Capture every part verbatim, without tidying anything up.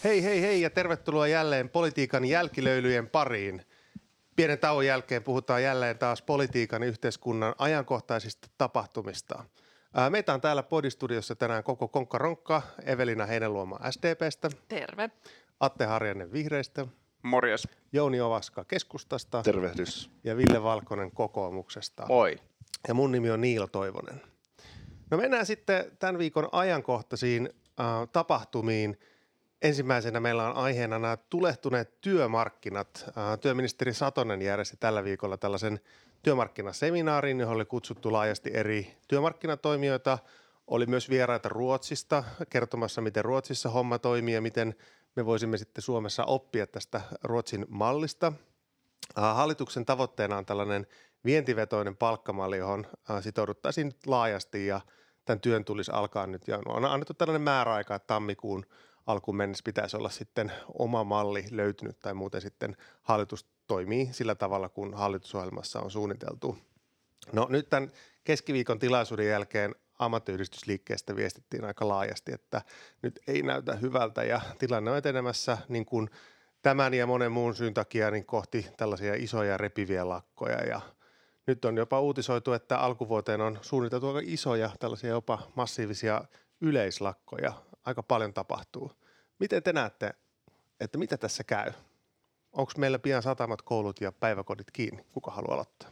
Hei hei hei ja tervetuloa jälleen politiikan jälkilöylyjen pariin. Pienen tauon jälkeen puhutaan jälleen taas politiikan yhteiskunnan ajankohtaisista tapahtumista. Meitä on täällä Podistudiossa tänään koko Konkkaronkka, Evelina Heinäluoma S D P:stä. Terve. Atte Harjanne Vihreistä. Morjes. Jouni Ovaska Keskustasta. Tervehdys. Ja Ville Valkonen Kokoomuksesta. Moi. Ja mun nimi on Niilo Toivonen. No mennään sitten tämän viikon ajankohtaisiin äh, tapahtumiin. Ensimmäisenä meillä on aiheena nämä tulehtuneet työmarkkinat. Äh, työministeri Satonen järjesti tällä viikolla tällaisen työmarkkinaseminaarin, johon oli kutsuttu laajasti eri työmarkkinatoimijoita. Oli myös vieraita Ruotsista kertomassa, miten Ruotsissa homma toimii ja miten me voisimme sitten Suomessa oppia tästä Ruotsin mallista. Äh, hallituksen tavoitteena on tällainen vientivetoinen palkkamalli, johon äh, sitouduttaisiin nyt laajasti ja tämän työn tulisi alkaa nyt. Ja on annettu tällainen määräaika, että tammikuun alkuun mennessä pitäisi olla sitten oma malli löytynyt tai muuten sitten hallitus toimii sillä tavalla, kun hallitusohjelmassa on suunniteltu. No nyt tämän keskiviikon tilaisuuden jälkeen ammattiyhdistysliikkeestä viestittiin aika laajasti, että nyt ei näytä hyvältä ja tilanne on etenemässä niin kuin tämän ja monen muun syyn takia niin kohti tällaisia isoja repiviä lakkoja ja nyt on jopa uutisoitu, että alkuvuoteen on suunniteltu aika isoja tällaisia jopa massiivisia yleislakkoja. Aika paljon tapahtuu. Miten te näette, että mitä tässä käy? Onko meillä pian satamat, koulut ja päiväkodit kiinni? Kuka haluaa aloittaa?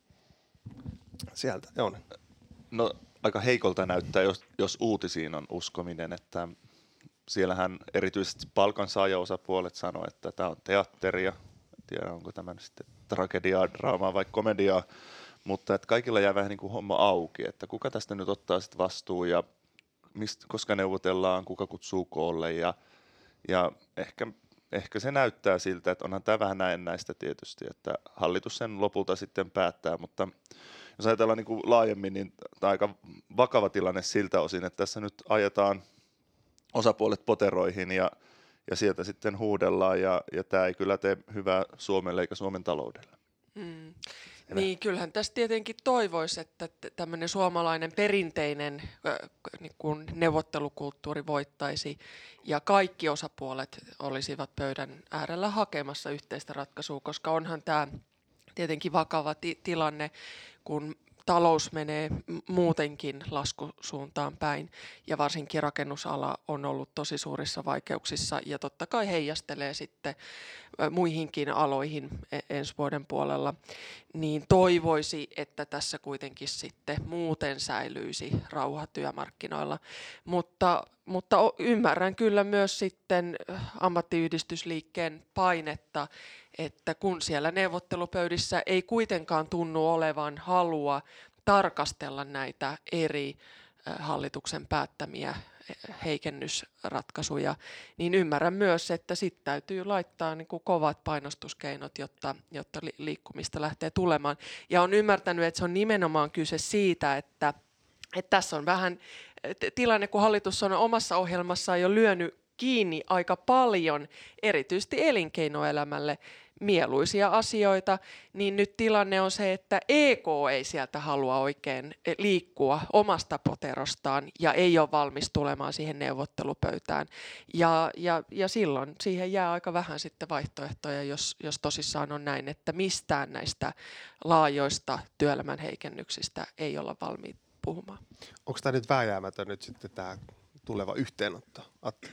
Sieltä, Jouni. No aika heikolta näyttää, jos, jos uutisiin on uskominen, että siellähän erityisesti palkansaajaosapuolet sanoo, että tämä on teatteria. En tiedä, onko tämä sitten tragediaa, draamaa vai komediaa, mutta että kaikilla jää vähän niin kuin homma auki, että kuka tästä nyt ottaa sitten vastuun ja mistä, koska neuvotellaan, kuka kutsuu koolle ja, ja ehkä, ehkä se näyttää siltä, että onhan tämä vähän näennäistä tietysti, että hallitus sen lopulta sitten päättää, mutta jos ajatellaan niin kuin laajemmin, niin tämä on aika vakava tilanne siltä osin, että tässä nyt ajetaan osapuolet poteroihin ja, ja sieltä sitten huudellaan ja, ja tämä ei kyllä tee hyvää Suomelle eikä Suomen taloudelle. Mm. Niin, kyllähän tässä tietenkin toivoisi, että tämmöinen suomalainen perinteinen äh, niin kuin neuvottelukulttuuri voittaisi ja kaikki osapuolet olisivat pöydän äärellä hakemassa yhteistä ratkaisua, koska onhan tämä tietenkin vakava ti- tilanne, kun talous menee muutenkin laskusuuntaan päin ja varsinkin rakennusala on ollut tosi suurissa vaikeuksissa ja totta kai heijastelee sitten muihinkin aloihin ensi vuoden puolella, niin toivoisi, että tässä kuitenkin sitten muuten säilyisi rauha työmarkkinoilla, mutta, mutta ymmärrän kyllä myös sitten ammattiyhdistysliikkeen painetta, että kun siellä neuvottelupöydissä ei kuitenkaan tunnu olevan halua tarkastella näitä eri hallituksen päättämiä heikennysratkaisuja, niin ymmärrän myös, että sitten täytyy laittaa niin kuin kovat painostuskeinot, jotta, jotta liikkumista lähtee tulemaan. Ja on ymmärtänyt, että se on nimenomaan kyse siitä, että, että tässä on vähän tilanne, kun hallitus on omassa ohjelmassaan jo lyönyt kiinni aika paljon, erityisesti elinkeinoelämälle mieluisia asioita, niin nyt tilanne on se, että E K ei sieltä halua oikein liikkua omasta poterostaan ja ei ole valmis tulemaan siihen neuvottelupöytään. Ja, ja, ja silloin siihen jää aika vähän sitten vaihtoehtoja, jos, jos tosissaan on näin, että mistään näistä laajoista työelämän heikennyksistä ei olla valmiit puhumaan. Onko tämä nyt vääjäämätön nyt sitten tämä tuleva yhteenotto, Atte?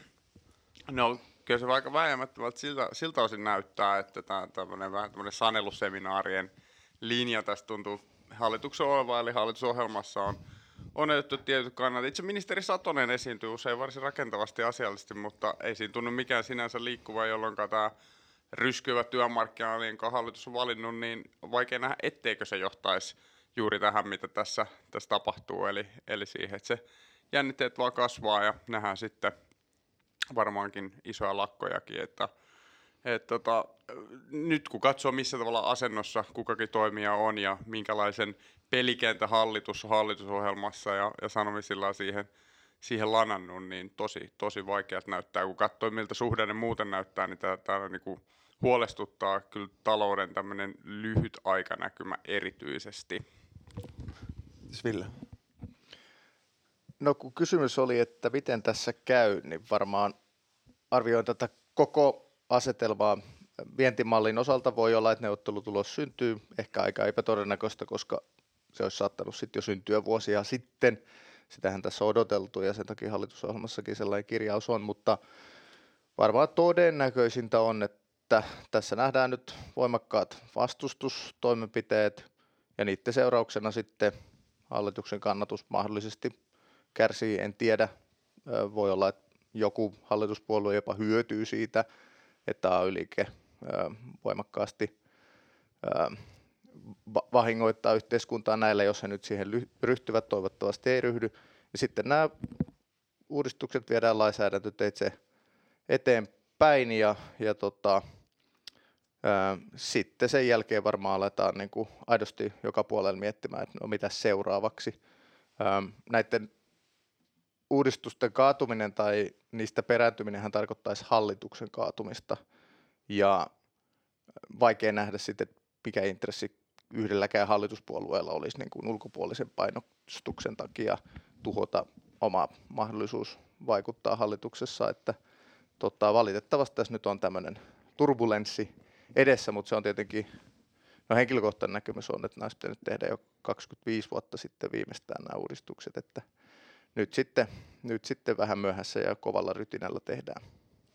No kyllä se aika väijämättömältä siltä, siltä osin näyttää, että tämä tämmöinen vähän tämmöinen saneluseminaarien linja tässä tuntuu hallituksen olevan, eli hallitusohjelmassa on on otettu tietyt kannat. Itse ministeri Satonen esiintyy usein varsin rakentavasti ja asiallisesti, mutta ei siinä tunnu mikään sinänsä liikkuva, jolloin tämä ryskyvä työmarkkina, jonka hallitus on valinnut, niin on vaikea nähdä, etteikö se johtaisi juuri tähän, mitä tässä, tässä tapahtuu, eli, eli siihen, että se jännitteet vaan kasvaa ja nähdään sitten varmaankin isoja lakkojakin, että et tota, nyt kun katsoo missä tavalla asennossa kukakin toimija on ja minkälaisen pelikentä hallitus hallitusohjelmassa ja, ja sanomisilla siihen, siihen lanannut, niin tosi, tosi vaikeat näyttää. Kun katsoo miltä suhdanne muuten näyttää, niin tämä niinku huolestuttaa kyllä talouden tämmöinen lyhyt aikanäkymä erityisesti. Ville. No kun kysymys oli, että miten tässä käy, niin varmaan arvioin tätä koko asetelmaa. Vientimallin osalta voi olla, että neuvottelutulos syntyy, ehkä aika epätodennäköistä, koska se olisi saattanut sitten jo syntyä vuosia sitten. Sitähän tässä on odoteltu ja sen takia hallitusohjelmassakin sellainen kirjaus on, mutta varmaan todennäköisintä on, että tässä nähdään nyt voimakkaat vastustustoimenpiteet ja niiden seurauksena sitten hallituksen kannatus mahdollisesti kärsii, en tiedä. Voi olla, että joku hallituspuolue jopa hyötyy siitä, että A Y-liike voimakkaasti vahingoittaa yhteiskuntaa näillä, jos he nyt siihen ryhtyvät, toivottavasti ei ryhdy. Ja sitten nämä uudistukset viedään lainsäädäntöteitse eteenpäin ja, ja tota, ää, sitten sen jälkeen varmaan aletaan niin kuin aidosti joka puolella miettimään, että no mitä seuraavaksi. Ää, näiden uudistusten kaatuminen tai niistä perääntyminenhän tarkoittaisi hallituksen kaatumista ja vaikea nähdä sitten, mikä intressi yhdelläkään hallituspuolueella olisi niin kuin ulkopuolisen painostuksen takia tuhota oma mahdollisuus vaikuttaa hallituksessa, että tota, valitettavasti tässä nyt on tämmöinen turbulenssi edessä, mutta se on tietenkin, no henkilökohtainen näkemys on, että nämä olisi pitänyt tehdä jo kaksikymmentäviisi vuotta sitten viimeistään nämä uudistukset, että nyt sitten, nyt sitten vähän myöhässä ja kovalla rytinällä tehdään.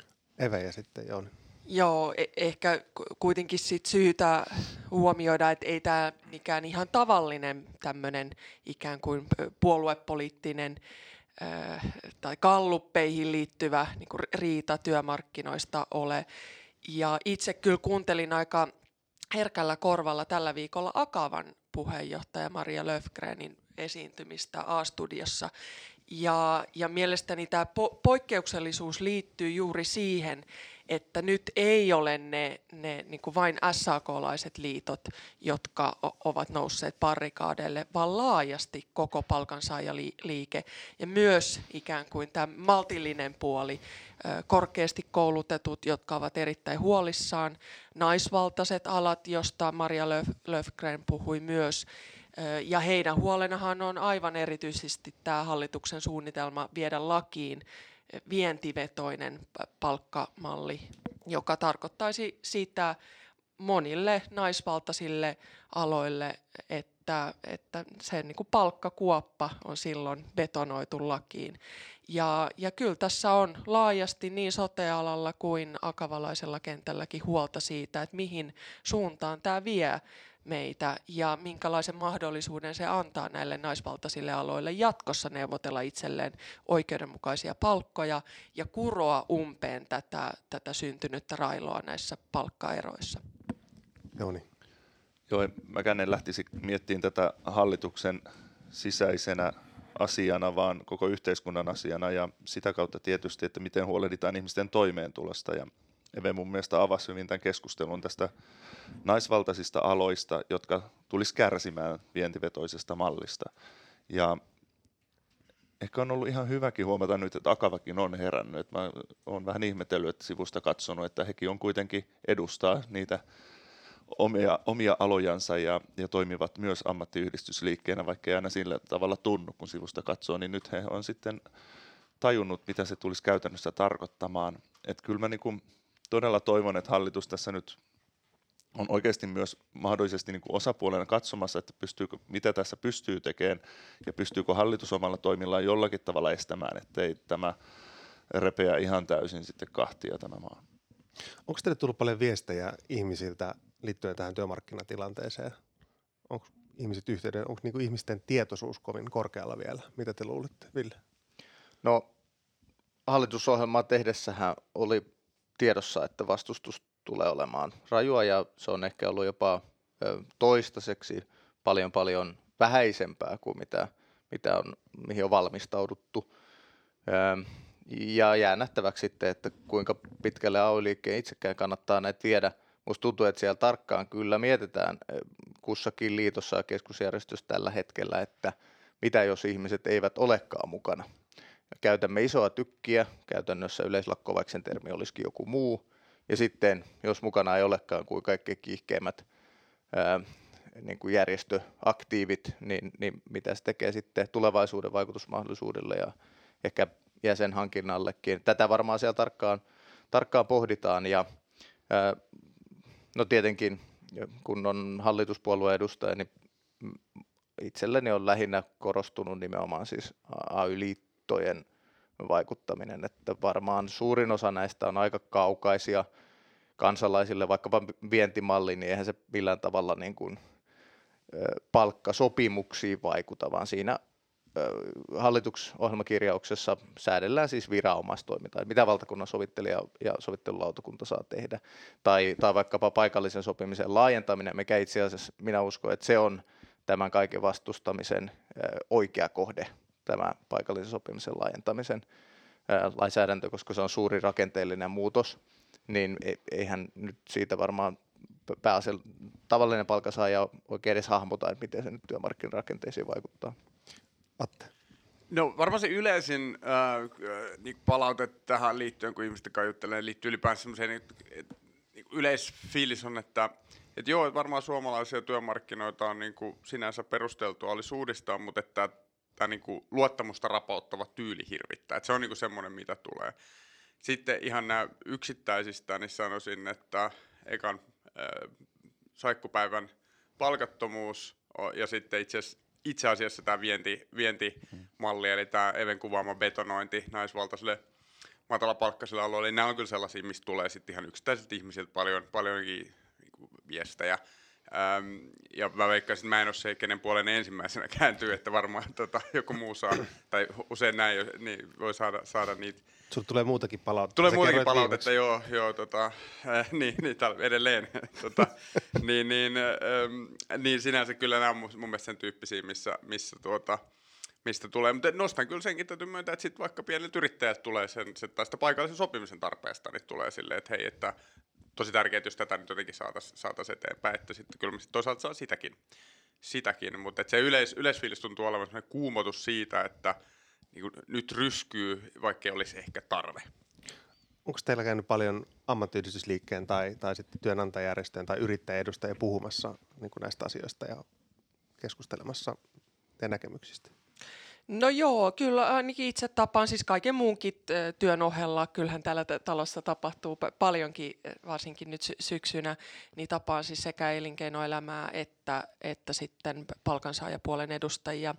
Eve ja sitten Jouni. Joo, e- ehkä kuitenkin sit syytä huomioida, että ei tämä mikään ihan tavallinen tämmöinen ikään kuin puoluepoliittinen äh, tai galluppeihin liittyvä niin kuin riita työmarkkinoista ole. Ja itse kyllä kuuntelin aika herkällä korvalla tällä viikolla Akavan puheenjohtaja Maria Löfgrenin esiintymistä A-studiossa. Ja, ja mielestäni tämä po- poikkeuksellisuus liittyy juuri siihen, että nyt ei ole ne, ne niin kuin vain S A K-laiset liitot, jotka o- ovat nousseet barrikaadeille, vaan laajasti koko palkansaajaliike ja myös ikään kuin tämä maltillinen puoli, ö, korkeasti koulutetut, jotka ovat erittäin huolissaan, naisvaltaiset alat, josta Maria Löf- Löfgren puhui myös, ö, ja heidän huolenahan on aivan erityisesti tämä hallituksen suunnitelma viedä lakiin vientivetoinen palkkamalli, joka tarkoittaisi sitä monille naisvaltaisille aloille, että, että se niin kuin palkkakuoppa on silloin betonoitu lakiin. Ja, ja kyllä tässä on laajasti niin sote-alalla kuin akavalaisella kentälläkin huolta siitä, että mihin suuntaan tämä vie meitä ja minkälaisen mahdollisuuden se antaa näille naisvaltaisille aloille jatkossa neuvotella itselleen oikeudenmukaisia palkkoja ja kuroa umpeen tätä, tätä syntynyttä railoa näissä palkkaeroissa. Jouni. Joo, mäkään en lähtisi miettimään tätä hallituksen sisäisenä asiana, vaan koko yhteiskunnan asiana ja sitä kautta tietysti, että miten huolehditaan ihmisten toimeentulosta. Ja Eve mun mielestä avasi hyvin tämän keskustelun tästä naisvaltaisista aloista, jotka tulisi kärsimään vientivetoisesta mallista. Ja ehkä on ollut ihan hyväkin huomata nyt, että Akavakin on herännyt. Mä oon vähän ihmetellyt, että sivusta katsonut, että hekin on kuitenkin edustaa niitä omia, omia alojansa ja, ja toimivat myös ammattiyhdistysliikkeenä, vaikka ei aina sillä tavalla tunnu, kun sivusta katsoo, niin nyt he on sitten tajunnut, mitä se tulisi käytännössä tarkoittamaan. Että kyllä mä niin kuin todella toivon, että hallitus tässä nyt on oikeasti myös mahdollisesti niin kuin osapuolena katsomassa, että pystyykö, mitä tässä pystyy tekemään ja pystyykö hallitus omalla toimillaan jollakin tavalla estämään, ettei tämä repeä ihan täysin sitten kahtia tämä maa. Onko teille tullut paljon viestejä ihmisiltä liittyen tähän työmarkkinatilanteeseen? Onko ihmiset yhteyden, onko niinku ihmisten tietoisuus kovin korkealla vielä? Mitä te luulette, Ville? No, hallitusohjelmaa tehdessähän oli tiedossa, että vastustus tulee olemaan rajua ja se on ehkä ollut jopa toistaiseksi paljon paljon vähäisempää kuin mitä, mitä on, mihin on valmistauduttu. Ja jää nähtäväksi sitten, että kuinka pitkälle A Y-liikkeen itsekään kannattaa näitä viedä. Musta tuntuu, että siellä tarkkaan kyllä mietitään kussakin liitossa ja keskusjärjestössä tällä hetkellä, että mitä jos ihmiset eivät olekaan mukana. Käytämme isoa tykkiä, käytännössä yleislakkovaiksen termi olisikin joku muu, ja sitten jos mukana ei olekaan kuin kaikkein kiihkeimmät ää, niin kuin järjestöaktiivit, niin, niin mitä se tekee sitten tulevaisuuden vaikutusmahdollisuudelle ja ehkä jäsenhankinnallekin. Tätä varmaan siellä tarkkaan tarkkaan pohditaan. Ja, ää, no tietenkin, kun on hallituspuolueen edustaja, niin itselleni on lähinnä korostunut nimenomaan siis A Y-liittojen vaikuttaminen, että varmaan suurin osa näistä on aika kaukaisia kansalaisille, vaikkapa vientimalli, niin eihän se millään tavalla niin kuin palkkasopimuksiin vaikuta, vaan siinä hallitusohjelmakirjauksessa säädellään siis viranomaistoimintaa, mitä valtakunnan sovittelija ja sovittelulautakunta saa tehdä, tai, tai vaikkapa paikallisen sopimisen laajentaminen, mikä itse asiassa minä uskon, että se on tämän kaiken vastustamisen oikea kohde, tämä paikallisen sopimisen laajentamisen lainsäädäntö, koska se on suuri rakenteellinen muutos, niin eihän nyt siitä varmaan pääasiassa tavallinen palkansaaja oikein edes hahmota, että miten se nyt työmarkkinarakenteisiin vaikuttaa. Atte. No varmaan se yleisin äh, niin palaute tähän liittyen, kun ihmiset juttelee, liittyy ylipäänsä semmoiseen, että niin yleisfiilis on, että et joo, varmaan suomalaisia työmarkkinoita on niin kuin sinänsä perusteltua olisi uudistaa, mutta että tämä niin kuin luottamusta rapauttava tyyli hirvittää. Et se on niin kuin semmoinen, mitä tulee. Sitten ihan nämä yksittäisistä, niin sanoisin, että ekan äh, saikkupäivän palkattomuus ja sitten itse asiassa Itse asiassa tämä vienti, vientimalli, eli tämä Even kuvaama betonointi naisvaltaisille matalapalkkaisille alueille, nämä on kyllä sellaisia, mistä tulee sitten ihan yksittäisiltä ihmisiltä paljon, paljonkin niin viestejä. Ähm, ja mä veikkaisin, että mä en ole se, kenen puolen ensimmäisenä kääntyy, että varmaan tota, joku muu saa, tai usein näin niin voi saada, saada niitä. Sulla tulee muutakin palautetta. Tulee muutakin palautetta, joo, joo tota, äh, niin, niin edelleen. tota, niin, niin, ähm, niin sinänsä kyllä nämä on mun mielestä sen tyyppisiä, missä, missä tuota, mistä tulee. Mutta nostan kyllä senkin täytyy myöntää, että sitten vaikka pienet yrittäjät tulee sen, sen tai sitä paikallisen sopimisen tarpeesta, niin tulee silleen, että hei, että tosi tärkeää, jos tätä nyt jotenkin saataisiin saatais eteenpäin, että sitten kyllä me sit toisaalta saa sitäkin, sitäkin. Mutta se yleis, yleisfiilis tuntuu olevan sellainen kuumotus siitä, että niin nyt ryskyy, vaikkei olisi ehkä tarve. Onko teillä käynyt paljon ammattiyhdistysliikkeen tai, tai sitten työnantajajärjestöjen tai yrittäjäedustajia puhumassa niin kuin näistä asioista ja keskustelemassa teidän näkemyksistä? No joo, kyllä ainakin itse tapaan siis kaiken muunkin työn ohella, kyllähän täällä talossa tapahtuu paljonkin, varsinkin nyt syksynä, niin tapaan siis sekä elinkeinoelämää että, että sitten palkansaajapuolen edustajia.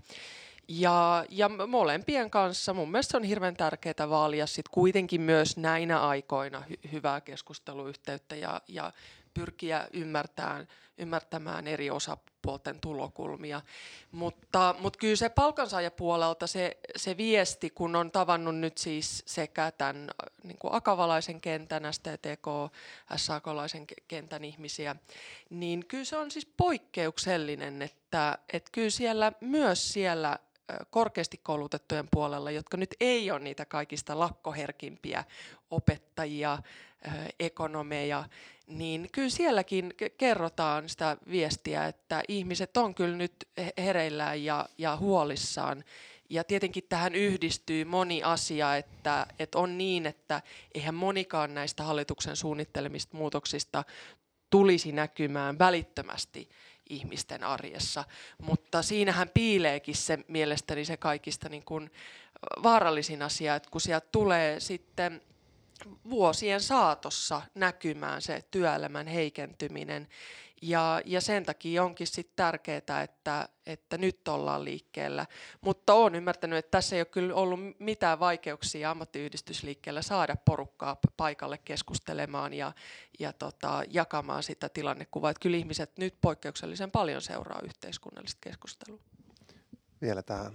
Ja, ja molempien kanssa mun mielestä on hirveän tärkeää vaalia sit kuitenkin myös näinä aikoina hy- hyvää keskusteluyhteyttä ja, ja pyrkiä ymmärtämään, ymmärtämään eri osapuolten tulokulmia. Mutta, mutta kyllä se palkansaajapuolelta se, se viesti, kun on tavannut nyt siis sekä tämän niin kuin akavalaisen kentän, S T T K, S A K-laisen kentän ihmisiä, niin kyllä se on siis poikkeuksellinen, että, että kyllä siellä myös siellä korkeasti koulutettujen puolella, jotka nyt ei ole niitä kaikista lakkoherkimpiä opettajia, ekonomeja, niin kyllä sielläkin kerrotaan sitä viestiä, että ihmiset on kyllä nyt hereillään ja, ja huolissaan. Ja tietenkin tähän yhdistyy moni asia, että, että on niin, että eihän monikaan näistä hallituksen suunnittelemista muutoksista tulisi näkymään välittömästi ihmisten arjessa, mutta siinähän piileekin se mielestäni se kaikista niin kuin vaarallisin asia, että kun sieltä tulee sitten vuosien saatossa näkymään se työelämän heikentyminen ja, ja sen takia onkin sitten tärkeää, että, että nyt ollaan liikkeellä, mutta olen ymmärtänyt, että tässä ei ole kyllä ollut mitään vaikeuksia ammattiyhdistysliikkeellä saada porukkaa paikalle keskustelemaan ja, ja tota, jakamaan sitä tilannekuvaa, että kyllä ihmiset nyt poikkeuksellisen paljon seuraa yhteiskunnallista keskustelua. Vielä tähän.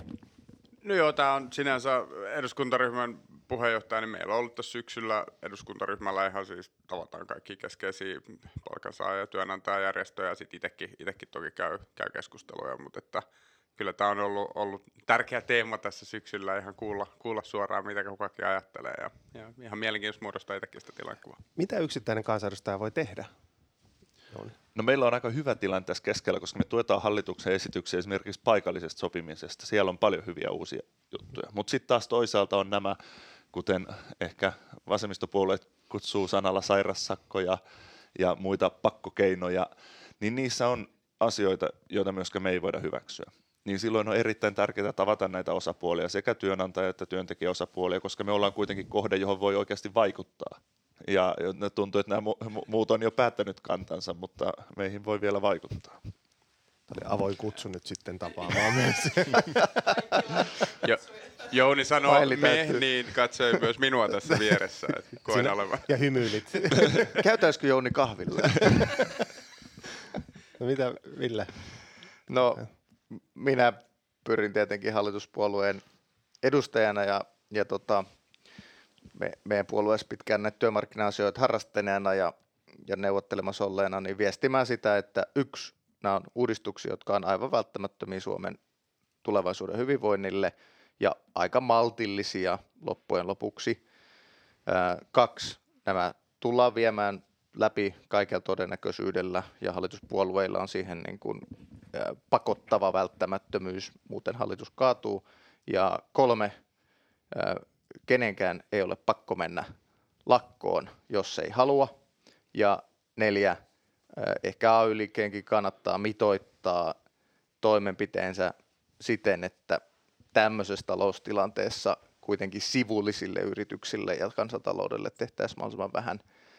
No joo, tämä on sinänsä eduskuntaryhmän puheenjohtaja, niin meillä on ollut tässä syksyllä eduskuntaryhmällä ihan siis tavataan kaikki keskeisiä palkansaaja- ja työnantajajärjestöjä ja sitten itsekin, itsekin toki käy, käy keskusteluja, mutta että kyllä tämä on ollut, ollut tärkeä teema tässä syksyllä ihan kuulla, kuulla suoraan, mitä kukakin ajattelee ja, ja ihan mielenkiintoista muodostaa itsekin sitä tilannekuvaa. Mitä yksittäinen kansanedustaja voi tehdä? No meillä on aika hyvä tilanne tässä keskellä, koska me tuetaan hallituksen esityksiä esimerkiksi paikallisesta sopimisesta. Siellä on paljon hyviä uusia juttuja. Mutta sitten taas toisaalta on nämä, kuten ehkä vasemmistopuolueet kutsuu sanalla sairassakko ja, ja muita pakkokeinoja, niin niissä on asioita, joita myöskään me ei voida hyväksyä. niin silloin on erittäin tärkeää tavata näitä osapuolia, sekä työnantaja- että työntekijäosapuolia, koska me ollaan kuitenkin kohde, johon voi oikeasti vaikuttaa. Ja tuntuu, että nämä muut on jo päättänyt kantansa, mutta meihin voi vielä vaikuttaa. Tämä oli avoin kutsu nyt sitten tapaamaan myös. Jo, Jouni sanoo me, niin katsoi myös minua tässä vieressä. Että koen olevan. Ja hymyilit. Käytäisikö Jouni kahvilla? No mitä, Ville? No, minä pyrin tietenkin hallituspuolueen edustajana ja, ja tota, me, meidän puolueessa pitkään näitä työmarkkina-asioita harrastaneena ja, ja neuvottelemassa olleena, niin viestimään sitä, että yksi, nämä on uudistuksia, jotka on aivan välttämättömiä Suomen tulevaisuuden hyvinvoinnille ja aika maltillisia loppujen lopuksi. Ää, kaksi, nämä tullaan viemään läpi kaikella todennäköisyydellä ja hallituspuolueilla on siihen niin kuin, ää, pakottava välttämättömyys, muuten hallitus kaatuu. Ja kolme, ää, kenenkään ei ole pakko mennä lakkoon, jos ei halua. Ja neljä, ää, ehkä A Y-liikkeenkin kannattaa mitoittaa toimenpiteensä siten, että tämmöisessä taloustilanteessa kuitenkin sivullisille yrityksille ja kansantaloudelle tehtäisiin mahdollisimman vähän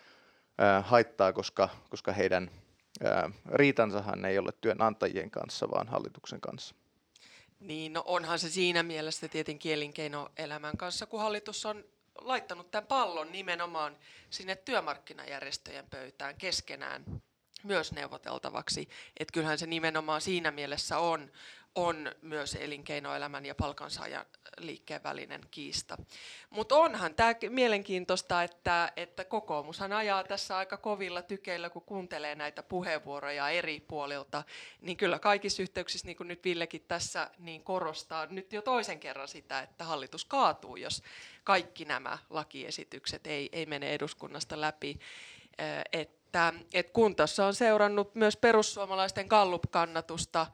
ää, haittaa, koska, koska heidän ää, riitansahan ei ole työnantajien kanssa, vaan hallituksen kanssa. Niin, no onhan se siinä mielessä tietenkin elinkeinoelämän kanssa, kun hallitus on laittanut tämän pallon nimenomaan sinne työmarkkinajärjestöjen pöytään keskenään myös neuvoteltavaksi. Että kyllähän se nimenomaan siinä mielessä on, on myös elinkeinoelämän ja palkansaajan liikkeen välinen kiista. Mutta onhan tämä mielenkiintoista, että, että kokoomushan ajaa tässä aika kovilla tykeillä, kun kuuntelee näitä puheenvuoroja eri puolilta, niin kyllä kaikissa yhteyksissä, niin kuin nyt Villekin tässä niin korostaa nyt jo toisen kerran sitä, että hallitus kaatuu, jos kaikki nämä lakiesitykset ei, ei mene eduskunnasta läpi. Että, että kun tuossa on seurannut myös perussuomalaisten Gallup-kannatusta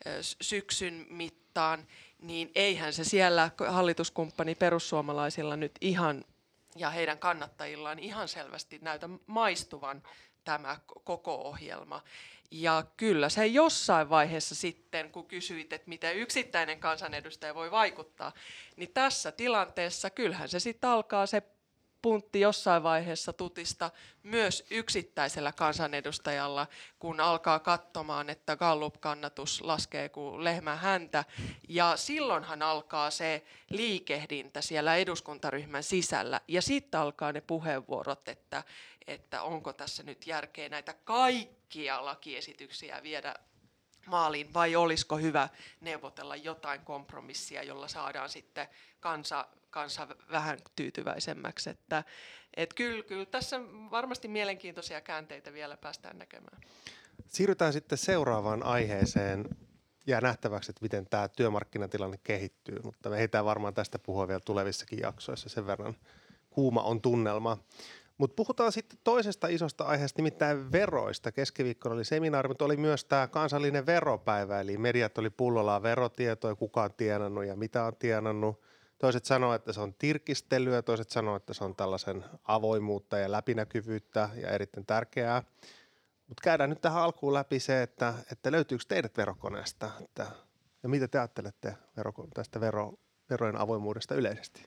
syksyn mittaan, niin eihän se siellä hallituskumppani perussuomalaisilla nyt ihan ja heidän kannattajillaan ihan selvästi näytä maistuvan tämä koko ohjelma. Ja kyllä se jossain vaiheessa sitten, kun kysyit, että miten yksittäinen kansanedustaja voi vaikuttaa, niin tässä tilanteessa kyllähän se sitten alkaa se puntti jossain vaiheessa tutista myös yksittäisellä kansanedustajalla, kun alkaa katsomaan, että Gallup-kannatus laskee kuin lehmän häntä. Ja silloinhan alkaa se liikehdintä siellä eduskuntaryhmän sisällä. Ja sitten alkaa ne puheenvuorot, että, että onko tässä nyt järkeä näitä kaikkia lakiesityksiä viedä maaliin, vai olisiko hyvä neuvotella jotain kompromissia, jolla saadaan sitten kansa, kansa vähän tyytyväisemmäksi. Että, et kyllä, kyllä tässä varmasti mielenkiintoisia käänteitä vielä päästään näkemään. Siirrytään sitten seuraavaan aiheeseen. Jää nähtäväksi, että miten tämä työmarkkinatilanne kehittyy, mutta me ehditään varmaan tästä puhua vielä tulevissakin jaksoissa. Sen verran kuuma on tunnelma. Mutta puhutaan sitten toisesta isosta aiheesta, nimittäin veroista. Keskiviikkona oli seminaari, mutta oli myös tämä kansallinen veropäivä, eli mediat oli pullollaan verotietoja, kuka on tienannut ja mitä on tienannut. Toiset sanoo, että se on tirkistelyä, toiset sanoo, että se on tällaisen avoimuutta ja läpinäkyvyyttä ja erittäin tärkeää. Mutta käydään nyt tähän alkuun läpi se, että, että löytyykö teidät verokoneesta, että, ja mitä te ajattelette vero, tästä vero, verojen avoimuudesta yleisesti?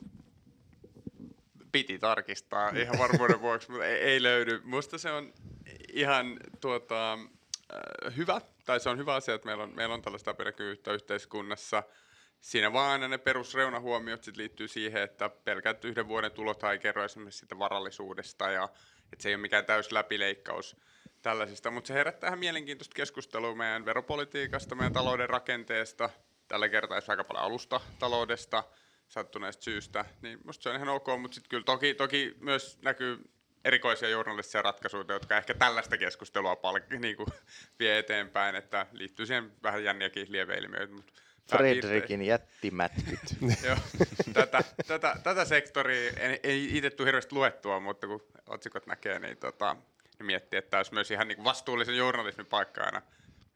Piti tarkistaa ihan varmuuden vuoksi, mutta ei, ei löydy. Musta se on ihan tuota, äh, hyvä, tai se on hyvä asia, että meillä on, meillä on tällaista läpinäkyvyyttä yhteiskunnassa. Siinä vaan aina ne perusreunahuomiot sit liittyy siihen, että pelkät yhden vuoden tulot ei kerro esimerkiksi siitä varallisuudesta, ja että se ei ole mikään täys läpileikkaus tällaisista, mutta se herättää ihan mielenkiintoista keskustelua meidän veropolitiikasta, meidän talouden rakenteesta, tällä kertaa aika paljon alusta taloudesta, sattuneesta syystä, niin musta se on ihan ok, mutta sitten kyllä toki, toki myös näkyy erikoisia journalistisia ratkaisuja, jotka ehkä tällaista keskustelua palk- niin kuin vie eteenpäin, että liittyy siihen vähän jänniäkin lieveilmiöitä. Fredrikin jättimätkyt. Joo, tätä, tätä, tätä sektoria ei, ei itse tule hirveästi luettua, mutta kun otsikot näkee, niin, tota, niin miettii, että tämä olisi myös ihan niin kuin vastuullisen journalismin paikka aina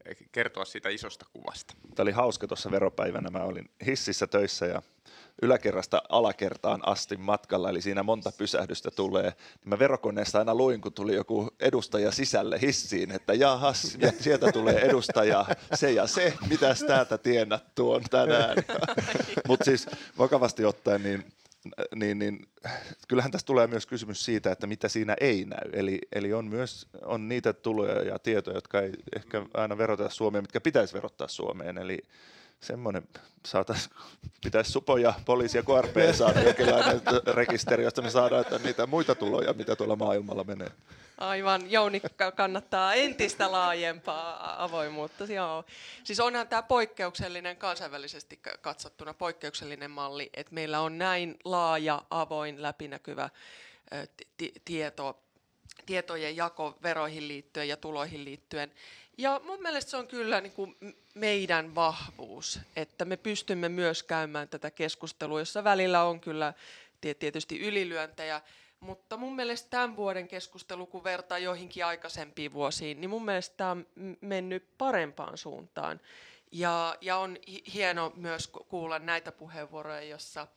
kertoa siitä isosta kuvasta. Tämä oli hauska tuossa veropäivänä. Mä olin hississä töissä ja yläkerrasta alakertaan asti matkalla, eli siinä monta pysähdystä tulee. Mä verokoneesta aina luin, kun tuli joku edustaja sisälle hissiin, että jahas, sieltä tulee edustaja se ja se, mitäs täältä tiennät tuon tänään. Mutta siis vakavasti ottaen, niin Niin, niin, kyllähän tässä tulee myös kysymys siitä, että mitä siinä ei näy. Eli, eli on myös on niitä tuloja ja tietoja, jotka ei ehkä aina veroteta Suomeen, mitkä pitäisi verottaa Suomeen. Eli semmoinen saatais, pitäisi Supo ja poliisi ja K R P saada jonkinlainen rekisteri, josta me saadaan että niitä muita tuloja, mitä tuolla maailmalla menee. Aivan, Jouni kannattaa entistä laajempaa avoimuutta. Joo. Siis onhan tämä poikkeuksellinen, kansainvälisesti katsottuna poikkeuksellinen malli, että meillä on näin laaja, avoin, läpinäkyvä t- tieto, tietojen jako veroihin liittyen ja tuloihin liittyen. Ja mun mielestä se on kyllä niin kuin meidän vahvuus, että me pystymme myös käymään tätä keskustelua, jossa välillä on kyllä tietysti ylilyöntejä, mutta mun mielestä tämän vuoden keskustelu, kun vertaa joihinkin aikaisempiin vuosiin, niin mun mielestä tämä on mennyt parempaan suuntaan. Ja, ja on hieno myös kuulla näitä puheenvuoroja, jossa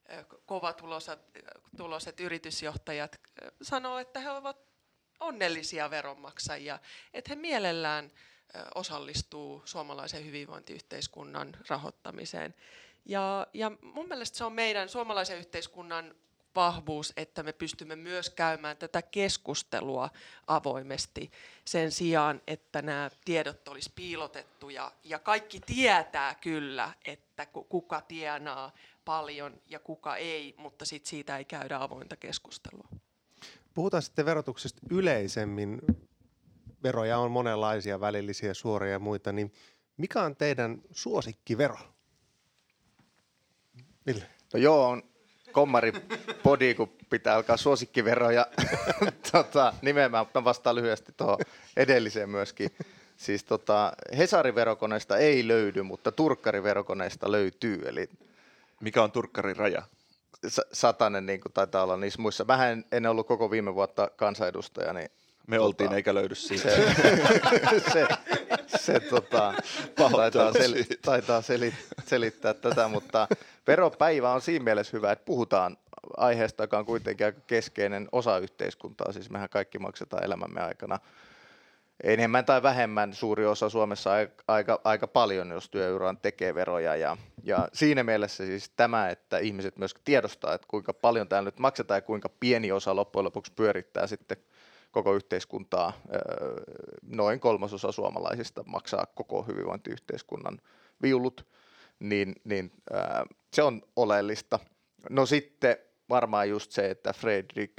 kovatuloiset yritysjohtajat sanoo, että he ovat onnellisia veronmaksajia, että he mielellään osallistuu suomalaisen hyvinvointiyhteiskunnan rahoittamiseen. Ja, ja mun mielestä se on meidän suomalaisen yhteiskunnan vahvuus, että me pystymme myös käymään tätä keskustelua avoimesti sen sijaan, että nämä tiedot olisi piilotettu ja, ja kaikki tietää kyllä, että kuka tienaa paljon ja kuka ei, mutta sit siitä ei käydä avointa keskustelua. Puhutaan sitten verotuksesta yleisemmin. Veroja on monenlaisia, välillisiä, suoria ja muita, niin mikä on teidän suosikkivero? Ville? No joo, on kommaripodi, kun pitää alkaa suosikkiveroja tota, nimeämään, mutta vastaan lyhyesti tuohon edelliseen myöskin. Siis tota, Hesari-verokoneesta ei löydy, mutta Turkkari-verokoneesta löytyy. Eli mikä on Turkkarin raja? Satanen niin kuin taitaa olla niissä muissa. Vähän en, en ollut koko viime vuotta kansanedustaja. Niin, Me tota, oltiin eikä löydy siitä. Se, se, se tota, taitaa, sel, taitaa selit, selittää tätä, mutta veropäivä on siinä mielessä hyvä, että puhutaan aiheesta, joka on kuitenkin aika keskeinen osa yhteiskuntaa. Siis mehän kaikki maksetaan elämämme aikana enemmän tai vähemmän, suuri osa Suomessa aika, aika paljon, jos työuraan tekee veroja. Ja, ja siinä mielessä siis tämä, että ihmiset myös tiedostaa, että kuinka paljon täällä nyt maksetaan ja kuinka pieni osa loppujen lopuksi pyörittää sitten koko yhteiskuntaa. Noin kolmasosa suomalaisista maksaa koko hyvinvointiyhteiskunnan viulut, niin, niin se on oleellista. No sitten varmaan just se, että Fredrik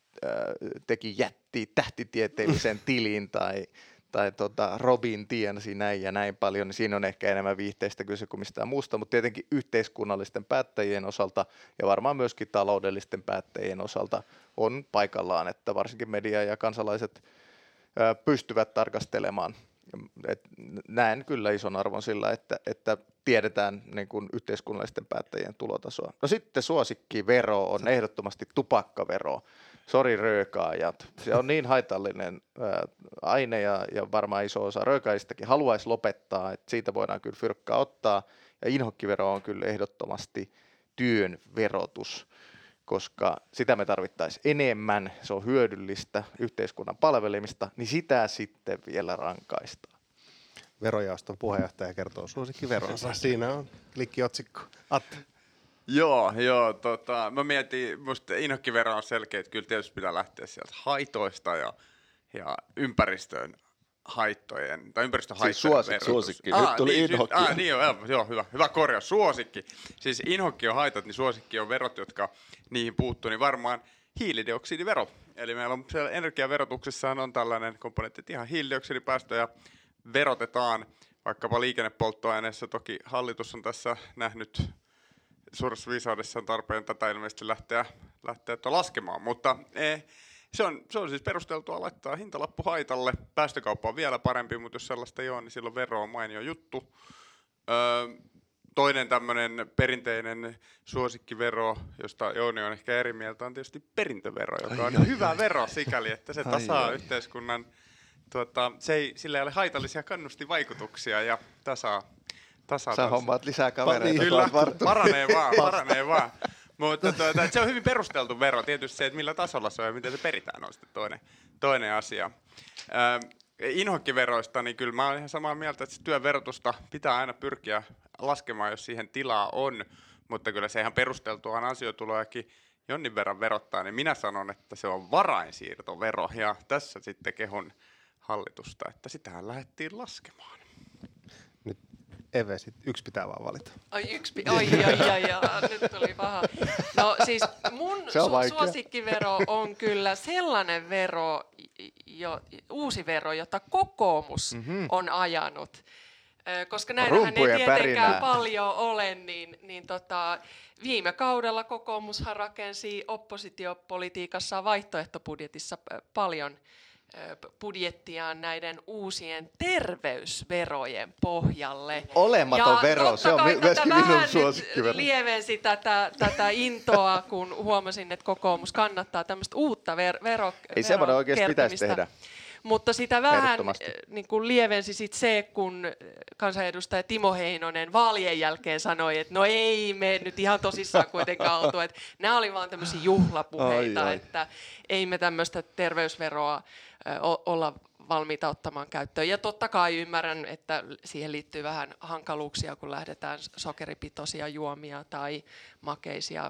teki jätti tähtitieteellisen tilin tai, tai tota Robin tienasi näin ja näin paljon, niin siinä on ehkä enemmän viihteistä kyse kuin mistään muusta, mutta tietenkin yhteiskunnallisten päättäjien osalta ja varmaan myöskin taloudellisten päättäjien osalta on paikallaan, että varsinkin media ja kansalaiset ää, pystyvät tarkastelemaan. Et näen kyllä ison arvon sillä, että, että tiedetään niin kuin yhteiskunnallisten päättäjien tulotasoa. No sitten suosikkivero on ehdottomasti tupakkavero. Sori röökaajat. Se on niin haitallinen ää, aine ja, ja varmaan iso osa röökaajistakin haluaisi lopettaa, että siitä voidaan kyllä fyrkkaa ottaa. Ja inhokkivero on kyllä ehdottomasti työn verotus, koska sitä me tarvittaisiin enemmän, se on hyödyllistä yhteiskunnan palvelemista, niin sitä sitten vielä rankaistaan. Verojaoston puheenjohtaja kertoo suosikkiveronsa. Siinä on klikkiotsikko. Atte. Joo, joo, tota, mä mietin, musta inhokkivero on selkeä, että kyllä tietysti pitää lähteä sieltä haitoista ja, ja ympäristön haittojen, tai ympäristöhaittojen siis suosikki, verotus. Suosikki, ah, nyt tuli niin, inhokki. Ah, niin joo, joo, hyvä, hyvä korjaus, suosikki. Siis inhokki on haitat, niin suosikki on verot, jotka niihin puuttuu, niin varmaan hiilidioksidivero. Eli meillä on siellä energiaverotuksessa on tällainen komponentti, että ihan hiilidioksidipäästöjä verotetaan, vaikkapa liikennepolttoaineessa. Toki hallitus on tässä nähnyt suuressa viisaudessaan tarpeen tätä ilmeisesti lähteä, lähteä laskemaan, mutta eh, se, on, se on siis perusteltua laittaa hintalappu haitalle. Päästökauppa on vielä parempi, mutta jos sellaista ei ole, niin silloin vero on mainio juttu. Öö, toinen tämmöinen perinteinen suosikkivero, josta Jouni on ehkä eri mieltä, on tietysti perintövero, joka on ai, hyvä ai, vero sikäli, että se tasaa ai, yhteiskunnan tuota, se ei, sillä ei ole haitallisia kannustivaikutuksia ja tasaa. tasaa Sä hommaat lisää kavereita. Kyllä, paranee vaan, paranee vaan. Mutta tuota, se on hyvin perusteltu vero. Tietysti se, että millä tasolla se on ja miten se peritään, on sitten toinen, toinen asia. Äh, Inhokkiveroista, niin kyllä mä olen ihan samaa mieltä, että työn verotusta pitää aina pyrkiä laskemaan, jos siihen tilaa on. Mutta kyllä se ihan perusteltua on ansiotulojakin jonnin verran verottaa, niin minä sanon, että se on varainsiirtovero. Ja tässä sitten kehun hallitusta, että sitähän lähdettiin laskemaan. Nyt Eve, sit yksi pitää vaan valita. Ai yksi, pi- ai, ai, ai, ai, nyt tuli paha. No siis mun su- suosikkivero on kyllä sellainen vero, jo, uusi vero, jota kokoomus mm-hmm. on ajanut. Koska näinhän ei tietenkään pärinää. paljon ole, niin, niin tota, viime kaudella kokoomushan rakensi oppositiopolitiikassa vaihtoehtobudjetissa paljon budjettiaan näiden uusien terveysverojen pohjalle. Olematon ja vero, se on myöskin minun suosikkivero. Lievensi tätä, tätä intoa, kun huomasin, että kokoomus kannattaa tämmöistä uutta ver- vero Ei semmoinen oikeasti pitäisi tehdä. Mutta sitä vähän niin kuin lievensi sit se, kun kansanedustaja Timo Heinonen vaalien jälkeen sanoi, että no ei me nyt ihan tosissaan kuitenkaan oltu, että nämä oli vaan tämmöisiä juhlapuheita, ai, ai. että ei me tämmöistä terveysveroa o- olla valmiita ottamaan käyttöön. Ja totta kai ymmärrän, että siihen liittyy vähän hankaluuksia, kun lähdetään sokeripitoisia juomia tai makeisia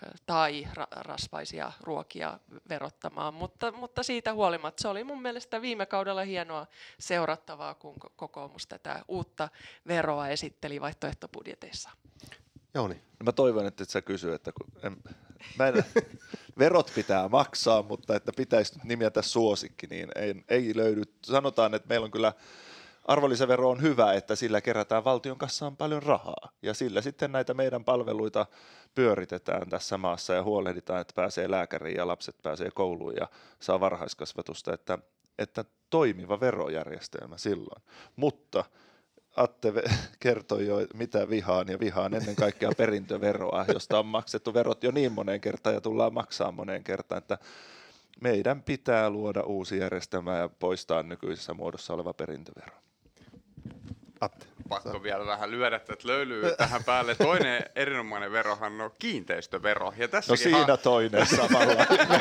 tai ra- rasvaisia ruokia verottamaan, mutta, mutta siitä huolimatta se oli mun mielestä viime kaudella hienoa seurattavaa, kun kokoomus tätä uutta veroa esitteli vaihtoehtobudjeteissa. Jouni. No mä toivon, että et sä kysy, että kun en, mä en, verot pitää maksaa, mutta että pitäisi nyt nimetä suosikki, niin ei, ei löydy. Sanotaan, että meillä on kyllä arvonlisävero on hyvä, että sillä kerätään valtion kassaan paljon rahaa ja sillä sitten näitä meidän palveluita pyöritetään tässä maassa ja huolehditaan, että pääsee lääkäriin ja lapset pääsee kouluun ja saa varhaiskasvatusta, että, että toimiva verojärjestelmä silloin. Mutta Atte kertoi jo, mitä vihaan ja vihaan ennen kaikkea perintöveroa, josta on maksettu verot jo niin moneen kertaan ja tullaan maksaa moneen kertaan, että meidän pitää luoda uusi järjestelmä ja poistaa nykyisessä muodossa oleva perintövero. Atte. Pakko Sä. vielä vähän lyödä tätä löylyä tähän päälle. Toinen erinomainen verohan on kiinteistövero. Ja no siinä ha- toinen samalla.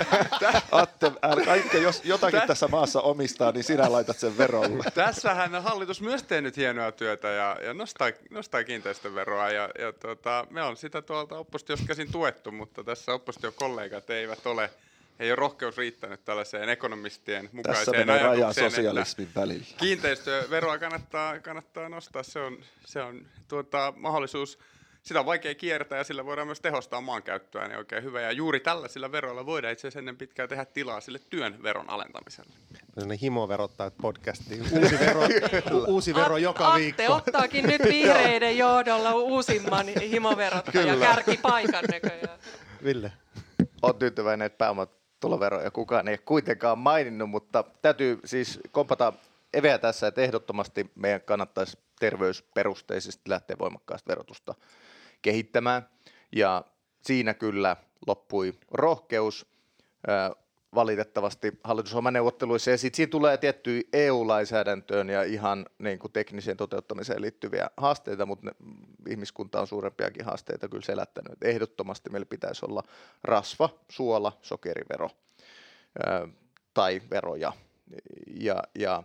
Atte, kaikki, jos jotakin Tä- tässä maassa omistaa, niin sinä laitat sen verolle. Tässähän on hallitus myös tehnyt hienoa työtä ja, ja nostaa, nostaa kiinteistöveroa. Ja, ja tota, me on sitä tuolta oppositiosta käsin tuettu, mutta tässä oppositiokollegat eivät ole. Ei ole rohkeus riittänyt tällaiseen ekonomistien mukaiseen ajatukseen, sosialismin välillä. Kiinteistöveroa kannattaa, kannattaa nostaa. Se on, se on tuota, mahdollisuus, sitä on vaikea kiertää ja sillä voidaan myös tehostaa maankäyttöä, niin oikein hyvä. Ja juuri tällaisilla veroilla voidaan itse asiassa ennen pitkään tehdä tilaa sille työn veron alentamiselle. Sellainen himoverottajat podcastiin. Uusi vero, uusi vero At, joka Atte viikko. Atte ottaakin nyt vihreiden johdolla uusimman himoverottajan kärkipaikan näköjään. Ville. Olen tyytyväinen, että pääomatuloveroja kukaan ei kuitenkaan maininnut, mutta täytyy siis kompata Eveä tässä, että ehdottomasti meidän kannattaisi terveysperusteisesti lähteä voimakkaasti verotusta kehittämään. Ja siinä kyllä loppui rohkeus valitettavasti hallitusohjelmaneuvotteluissa, ja sitten siinä tulee tiettyä E U-lainsäädäntöön ja ihan niin kuin tekniseen toteuttamiseen liittyviä haasteita, mutta ne, ihmiskunta on suurempiakin haasteita kyllä selättänyt. Et ehdottomasti meillä pitäisi olla rasva, suola, sokerivero ää, tai veroja, ja, ja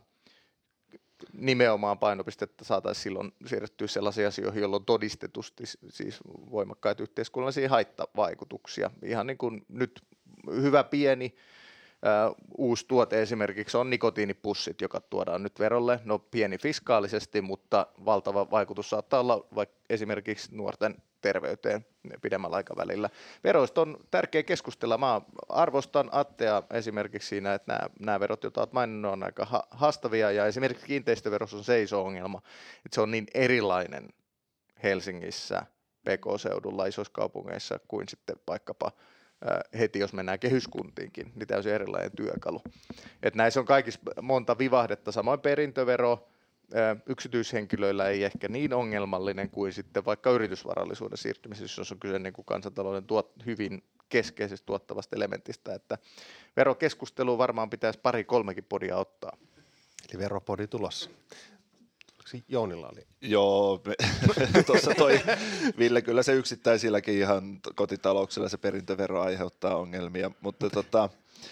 nimenomaan painopistettä saataisiin silloin siirrettyä sellaisiin asioihin, joilla on todistetusti siis voimakkaita yhteiskunnallisia haittavaikutuksia. Ihan niin kuin nyt hyvä pieni Uh, uusi tuote esimerkiksi on nikotiinipussit, joka tuodaan nyt verolle. No pieni fiskaalisesti, mutta valtava vaikutus saattaa olla vaikka esimerkiksi nuorten terveyteen pidemmällä aikavälillä. Veroista on tärkeä keskustella. Mä arvostan Attea esimerkiksi siinä, että nämä, nämä verot, joita olet maininnut, on aika ha- haastavia, ja esimerkiksi kiinteistöverossa on se iso ongelma, että se on niin erilainen Helsingissä, P K-seudulla, isoissa kaupungeissa kuin sitten vaikkapa heti, jos mennään kehyskuntiinkin, niin täysin erilainen työkalu. Et näissä on kaikissa monta vivahdetta, samoin perintövero yksityishenkilöillä ei ehkä niin ongelmallinen kuin sitten vaikka yritysvarallisuuden siirtymisessä, jos on kyse niin kuin kansantalouden tuot, hyvin keskeisestä tuottavasta elementistä, että verokeskusteluun varmaan pitäisi pari kolmekin podia ottaa. Eli veropodi tulossa. Jounilla oli. Joo, tuossa toi Ville, kyllä se yksittäisilläkin ihan kotitalouksilla se perintövero aiheuttaa ongelmia, mutta tota,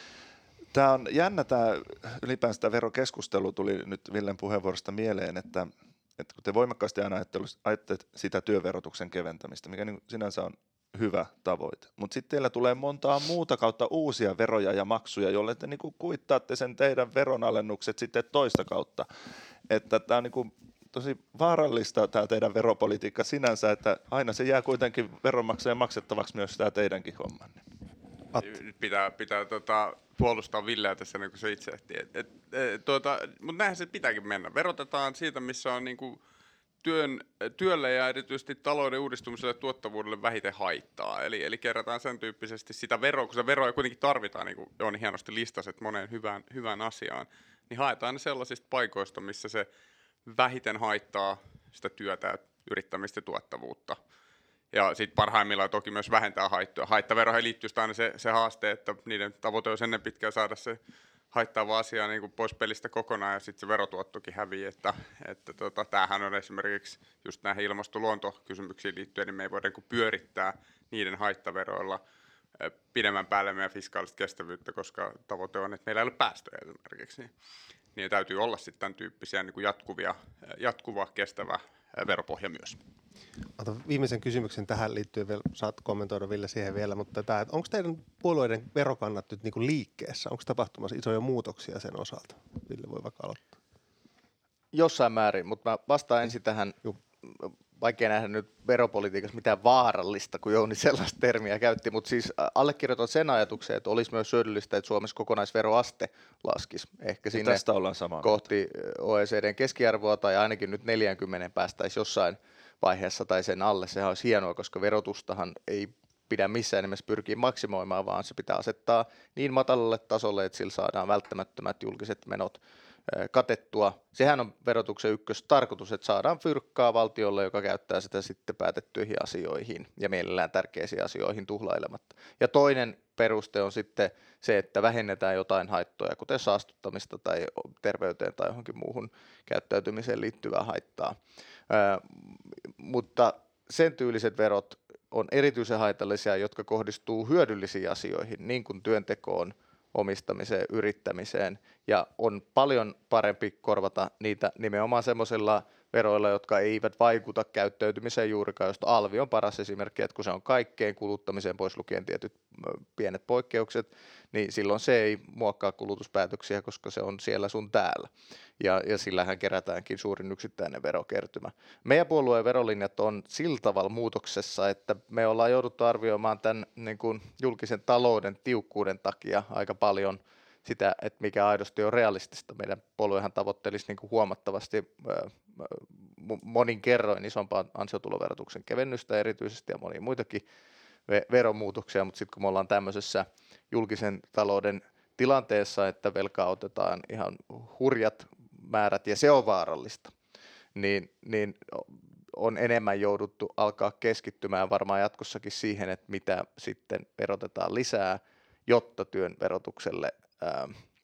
tämä on jännä tämä ylipäänsä tämä verokeskustelu tuli nyt Villen puheenvuorosta mieleen, että, että kun te voimakkaasti aina ajattelette sitä työverotuksen keventämistä, mikä niin sinänsä on hyvä tavoite, mutta sitten teillä tulee montaa muuta kautta uusia veroja ja maksuja, joille te niinku kuittaatte sen teidän veronalennukset sitten toista kautta, että tämä on niinku tosi vaarallista tämä teidän veropolitiikka sinänsä, että aina se jää kuitenkin veronmaksajan maksettavaksi myös tämä teidänkin hommanne. Nyt pitää, pitää tota, puolustaa Villeä tässä, niin kuin se itse ehti. Et, et, et, tuota, mutta näinhän se pitääkin mennä. Verotetaan siitä, missä on niin kuin työn, työlle ja erityisesti talouden uudistumiselle ja tuottavuudelle vähiten haittaa. Eli, eli kerätään sen tyyppisesti sitä veroa, kun se veroja kuitenkin tarvitaan, niin kuin Jouni hienosti listasit moneen hyvään, hyvään asiaan, niin haetaan ne sellaisista paikoista, missä se vähiten haittaa sitä työtä, yrittämistä ja tuottavuutta. Ja sitten parhaimmillaan toki myös vähentää haittoja. Haittaveroihin liittyy aina se, se haaste, että niiden tavoite olisi ennen pitkään saada se haittaava asia niin kuin pois pelistä kokonaan ja sitten se verotuottokin hävii. Että, että tota, tämähän on esimerkiksi just näihin ilmasto-luontokysymyksiin liittyen, niin me ei voida niin kuin pyörittää niiden haittaveroilla pidemmän päälle meidän fiskaalista kestävyyttä, koska tavoite on, että meillä ei ole päästöjä esimerkiksi. Niin, niin täytyy olla sitten tämän tyyppisiä niin kuin jatkuvia, jatkuva kestävä veropohja myös. Otan viimeisen kysymyksen tähän liittyen, vielä, saat kommentoida Ville siihen vielä, mutta tämä, onko teidän puolueiden verokannat nyt niin kuin liikkeessä? Onko tapahtumassa isoja muutoksia sen osalta? Ville voi vaikka aloittaa. Jossain määrin, mutta mä vastaan ensin tähän, Juh. Vaikea nähdä nyt veropolitiikassa mitään vaarallista, kun Jouni sellaista termiä käytti, mutta siis allekirjoitan sen ajatuksen, että olisi myös hyödyllistä, että Suomessa kokonaisveroaste laskisi. Ehkä sinne tästä ollaan samaa kohti O E C D:n keskiarvoa tai ainakin nyt neljäkymmentä päästäisiin jossain vaiheessa tai sen alle. Sehän olisi hienoa, koska verotustahan ei pidä missään nimessä pyrkiä maksimoimaan, vaan se pitää asettaa niin matalalle tasolle, että sillä saadaan välttämättömät julkiset menot katettua. Sehän on verotuksen ykköstarkoitus, että saadaan fyrkkaa valtiolle, joka käyttää sitä sitten päätettyihin asioihin ja mielellään tärkeisiin asioihin tuhlailematta. Ja toinen peruste on sitten se, että vähennetään jotain haittoja, kuten saastuttamista tai terveyteen tai johonkin muuhun käyttäytymiseen liittyvää haittaa. Ää, mutta sen tyyliset verot on erityisen haitallisia, jotka kohdistuu hyödyllisiin asioihin, niin kuin työntekoon, omistamiseen, yrittämiseen, ja on paljon parempi korvata niitä nimenomaan semmoisilla veroilla, jotka eivät vaikuta käyttäytymiseen juurikaan, josta alvi on paras esimerkki, että kun se on kaikkeen kuluttamiseen pois lukien tietyt pienet poikkeukset, niin silloin se ei muokkaa kulutuspäätöksiä, koska se on siellä sun täällä, ja, ja sillähän kerätäänkin suurin yksittäinen verokertymä. Meidän puolueen verolinjat on sillä tavalla muutoksessa, että me ollaan jouduttu arvioimaan tämän niin kuin julkisen talouden tiukkuuden takia aika paljon sitä, että mikä aidosti on realistista. Meidän puoluehan tavoittelisi niin kuin huomattavasti monin kerroin isompaa ansiotuloverotuksen kevennystä erityisesti ja monia muitakin veromuutoksia, mutta sitten kun me ollaan tämmöisessä julkisen talouden tilanteessa, että velkaa otetaan ihan hurjat määrät ja se on vaarallista, niin, niin on enemmän jouduttu alkaa keskittymään varmaan jatkossakin siihen, että mitä sitten verotetaan lisää, jotta työn verotukselle ää,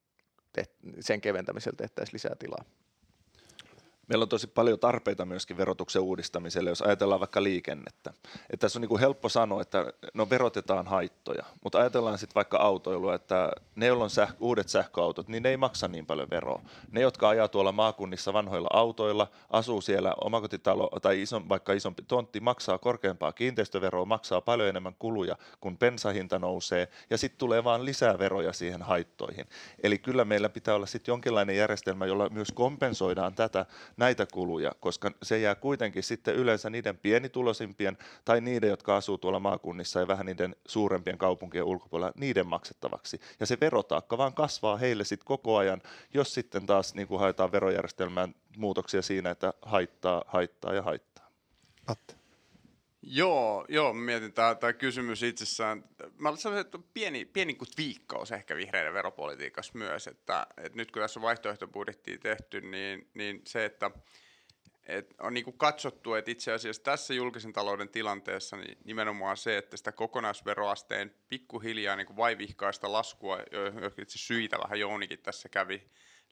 sen keventämisellä tehtäisiin lisää tilaa. Meillä on tosi paljon tarpeita myöskin verotuksen uudistamiselle, jos ajatellaan vaikka liikennettä. Että tässä on niin kuin helppo sanoa, että no verotetaan haittoja, mutta ajatellaan sitten vaikka autoilua, että ne, joilla on sähkö, uudet sähköautot, niin ne ei maksa niin paljon veroa. Ne, jotka ajaa tuolla maakunnissa vanhoilla autoilla, asuu siellä omakotitalo tai ison, vaikka isompi tontti, maksaa korkeampaa kiinteistöveroa, maksaa paljon enemmän kuluja, kun bensahinta nousee, ja sitten tulee vaan lisää veroja siihen haittoihin. Eli kyllä meillä pitää olla sitten jonkinlainen järjestelmä, jolla myös kompensoidaan tätä, näitä kuluja, koska se jää kuitenkin sitten yleensä niiden pienituloisimpien tai niiden, jotka asuu tuolla maakunnissa ja vähän niiden suurempien kaupunkien ulkopuolella, niiden maksettavaksi. Ja se verotaakka vaan kasvaa heille sitten koko ajan, jos sitten taas niin kuin haetaan verojärjestelmään muutoksia siinä, että haittaa, haittaa ja haittaa. Atte. Joo, joo, mä mietin tämä kysymys itsessään. Mä olen sellainen, että pieni, pieni kuin twiikkaus ehkä vihreiden veropolitiikassa myös, että, että nyt kun tässä on vaihtoehtobudjettia tehty, niin, niin se, että, että on niin kuin katsottu, että itse asiassa tässä julkisen talouden tilanteessa niin nimenomaan se, että sitä kokonaisveroasteen pikkuhiljaa niin kuin vaivihkaista laskua, jo itse syitä vähän Jounikin tässä kävi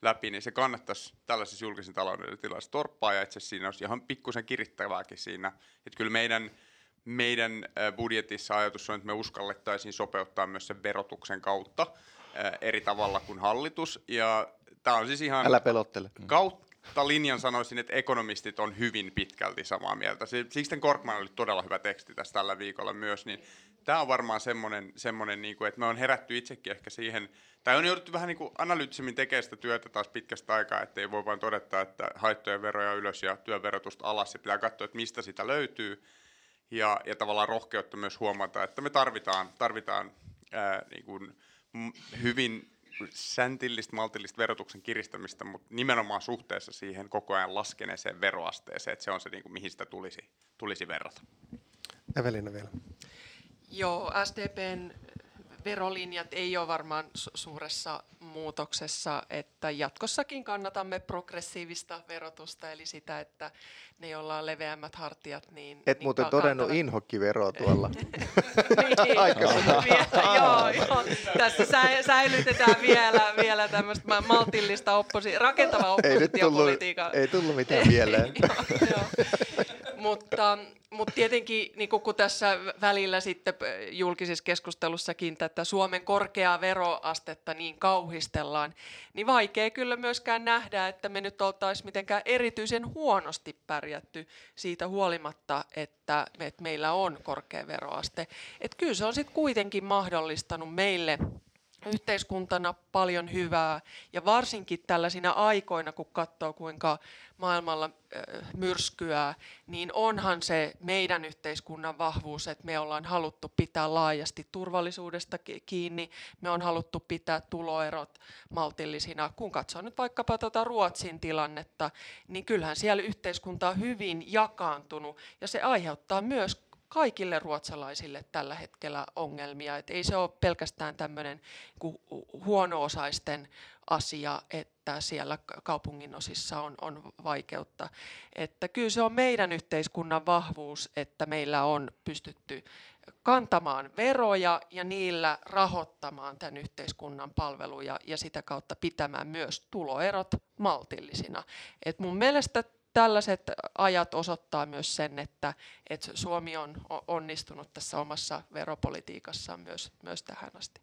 läpi, niin se kannattaisi tällaisessa julkisen talouden tilassa torppaa, ja itse asiassa siinä olisi ihan pikkusen kirittävääkin siinä. Että kyllä meidän, meidän budjetissa ajatus on, että me uskallettaisiin sopeuttaa myös sen verotuksen kautta eri tavalla kuin hallitus, ja tämä on siis ihan Älä pelottele. kautta linjan sanoisin, että ekonomistit on hyvin pitkälti samaa mieltä. Sixten Korkman oli todella hyvä teksti tässä tällä viikolla myös, niin tämä on varmaan semmoinen, semmoinen niin kuin, että me on herätty itsekin ehkä siihen, tai on jouduttu vähän niin kuin analyyttisemmin tekemään sitä työtä taas pitkästä aikaa, ettei voi vain todeta, että haittojen veroja ylös ja työverotusta alas, ja pitää katsoa, että mistä sitä löytyy, ja, ja tavallaan rohkeutta myös huomata, että me tarvitaan, tarvitaan ää, niin kuin hyvin säntillistä, maltillista verotuksen kiristämistä, mutta nimenomaan suhteessa siihen koko ajan laskeneeseen veroasteeseen, että se on se, niin kuin, mihin sitä tulisi, tulisi verrata. Evelina vielä. Joo, S D P:n verolinjat ei ole varmaan su- suuressa muutoksessa, että jatkossakin kannatamme progressiivista verotusta, eli sitä, että ne, joilla on leveämmät hartiat, niin... Et niin muuten ka- todennut kantavat... inhokkiveroa tuolla. niin, Aikaisemmin. joo, joo. Tässä sä, säilytetään vielä, vielä tämmöistä maltillista opposi- rakentavaa Ei nyt tullut, oppositiopolitiikkaa. ei tullut mitään mieleen. joo, joo. Mutta, mutta tietenkin, niin kun tässä välillä sitten julkisessa keskustelussakin tätä Suomen korkeaa veroastetta niin kauhistellaan, niin vaikea kyllä myöskään nähdä, että me nyt oltaisiin mitenkään erityisen huonosti pärjätty siitä huolimatta, että, että meillä on korkea veroaste. Että kyllä se on sitten kuitenkin mahdollistanut meille yhteiskuntana paljon hyvää, ja varsinkin tällaisina aikoina, kun katsoo kuinka maailmalla myrskyää, niin onhan se meidän yhteiskunnan vahvuus, että me ollaan haluttu pitää laajasti turvallisuudesta kiinni, me on haluttu pitää tuloerot maltillisina. Kun katsoo nyt vaikkapa tuota Ruotsin tilannetta, niin kyllähän siellä yhteiskunta on hyvin jakaantunut, ja se aiheuttaa myös kaikille ruotsalaisille tällä hetkellä ongelmia. Et ei se ole pelkästään tämmöinen huono-osaisten asia, että siellä kaupungin osissa on, on vaikeutta. Että kyllä se on meidän yhteiskunnan vahvuus, että meillä on pystytty kantamaan veroja ja niillä rahoittamaan tämän yhteiskunnan palveluja ja sitä kautta pitämään myös tuloerot maltillisina. Et mun mielestä tällaiset ajat osoittaa myös sen, että, että Suomi on onnistunut tässä omassa veropolitiikassaan myös, myös tähän asti.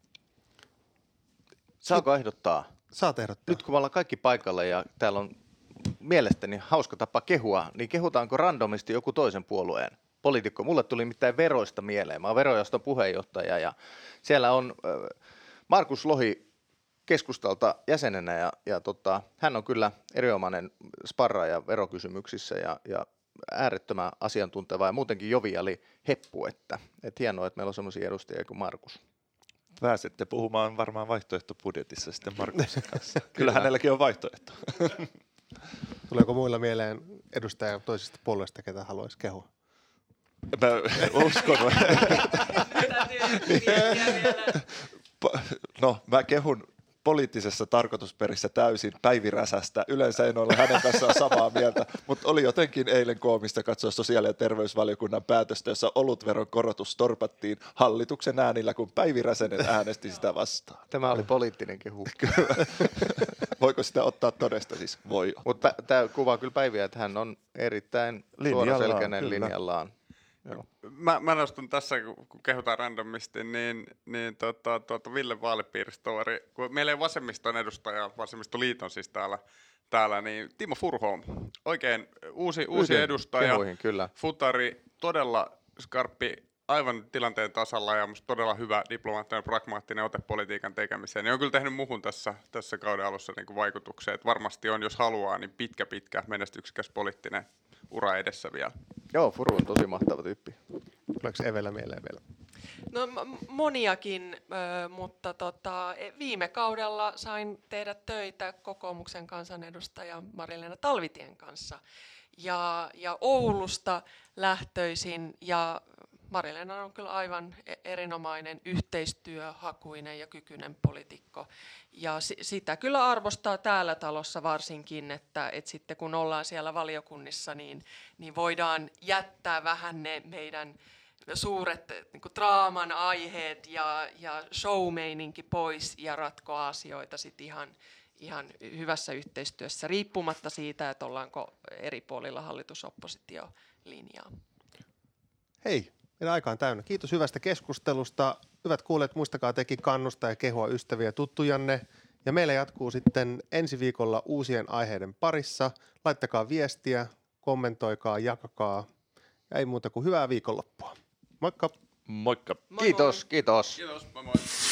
Saako ehdottaa? Saat ehdottaa. Nyt kun me ollaan kaikki paikalla ja täällä on mielestäni hauska tapa kehua, niin kehutaanko randomisti joku toisen puolueen poliitikko? Mulle tuli mitään veroista mieleen. Mä oon verojaoston puheenjohtaja ja siellä on äh, Markus Lohi keskustalta jäsenenä ja, ja tota, hän on kyllä erinomainen sparraaja verokysymyksissä ja, ja äärettömän asiantunteva ja muutenkin joviali heppu, että, että hienoa, että meillä on sellaisia edustajia kuin Markus. Pääsette puhumaan varmaan vaihtoehtobudjetissa sitten Markuksen kanssa. Kyllä, Kyllä hänelläkin on vaihtoehto. Tuleeko muilla mieleen edustaja toisesta puolueesta, ketä haluaisi kehua? Mä uskon. No, mä kehun poliittisessa tarkoitusperissä täysin Päivi Räsästä. Yleensä en ole hänen kanssaan samaa mieltä, mutta oli jotenkin eilen koomista katsoa sosiaali- ja terveysvaliokunnan päätöstä, jossa olutveron korotus torpattiin hallituksen äänillä, kun Päivi Räsänen äänesti sitä vastaan. Tämä oli poliittinen kehu. Kyllä. Voiko sitä ottaa todesta? Siis voi. Mutta tämä kuvaa kyllä Päiviä, että hän on erittäin suoraselkäinen linjallaan. Joo. Mä, mä nostun tässä, kun kehutaan randomisti, niin, niin tota, tuota Ville vaalipiiristoveri, kun meillä ei vasemmiston edustaja, vasemmistoliiton siis täällä, täällä niin Timo Furuholm, oikein uusi, uusi edustaja, kehuihin, kyllä. futari, todella skarppi, aivan tilanteen tasalla ja musta todella hyvä diplomaattinen pragmaattinen ote politiikan tekemiseen. Ne on kyllä tehnyt muhun tässä, tässä kauden alussa niin kuin vaikutuksia, että varmasti on, jos haluaa, niin pitkä pitkä menestyksekäs poliittinen ura edessä vielä. Joo, Furu on tosi mahtava tyyppi. Tuleeko Evellä mieleen vielä? No moniakin, mutta tota, viime kaudella sain tehdä töitä kokoomuksen kansanedustaja Marja-Leena Talvitien kanssa. Ja, ja Oulusta lähtöisin ja Marja-Leena on kyllä aivan erinomainen yhteistyöhakuinen ja kykyinen poliitikko. Ja si- sitä kyllä arvostaa täällä talossa varsinkin, että, että sitten kun ollaan siellä valiokunnissa, niin, niin voidaan jättää vähän ne meidän suuret niin kuin draaman aiheet ja, ja showmeininki pois ja ratkoa asioita sitten ihan, ihan hyvässä yhteistyössä, riippumatta siitä, että ollaanko eri puolilla hallitus-oppositiolinjaa. Hei, meidän aika on täynnä. Kiitos hyvästä keskustelusta. Hyvät kuulijat, muistakaa tekin kannustaa ja kehua ystäviä ja tuttujanne. Ja meillä jatkuu sitten ensi viikolla uusien aiheiden parissa. Laittakaa viestiä, kommentoikaa, jakakaa. Ja ei muuta kuin hyvää viikonloppua. Moikka! Moikka! Moi Kiitos, moi. kiitos. Kiitos, moi moi.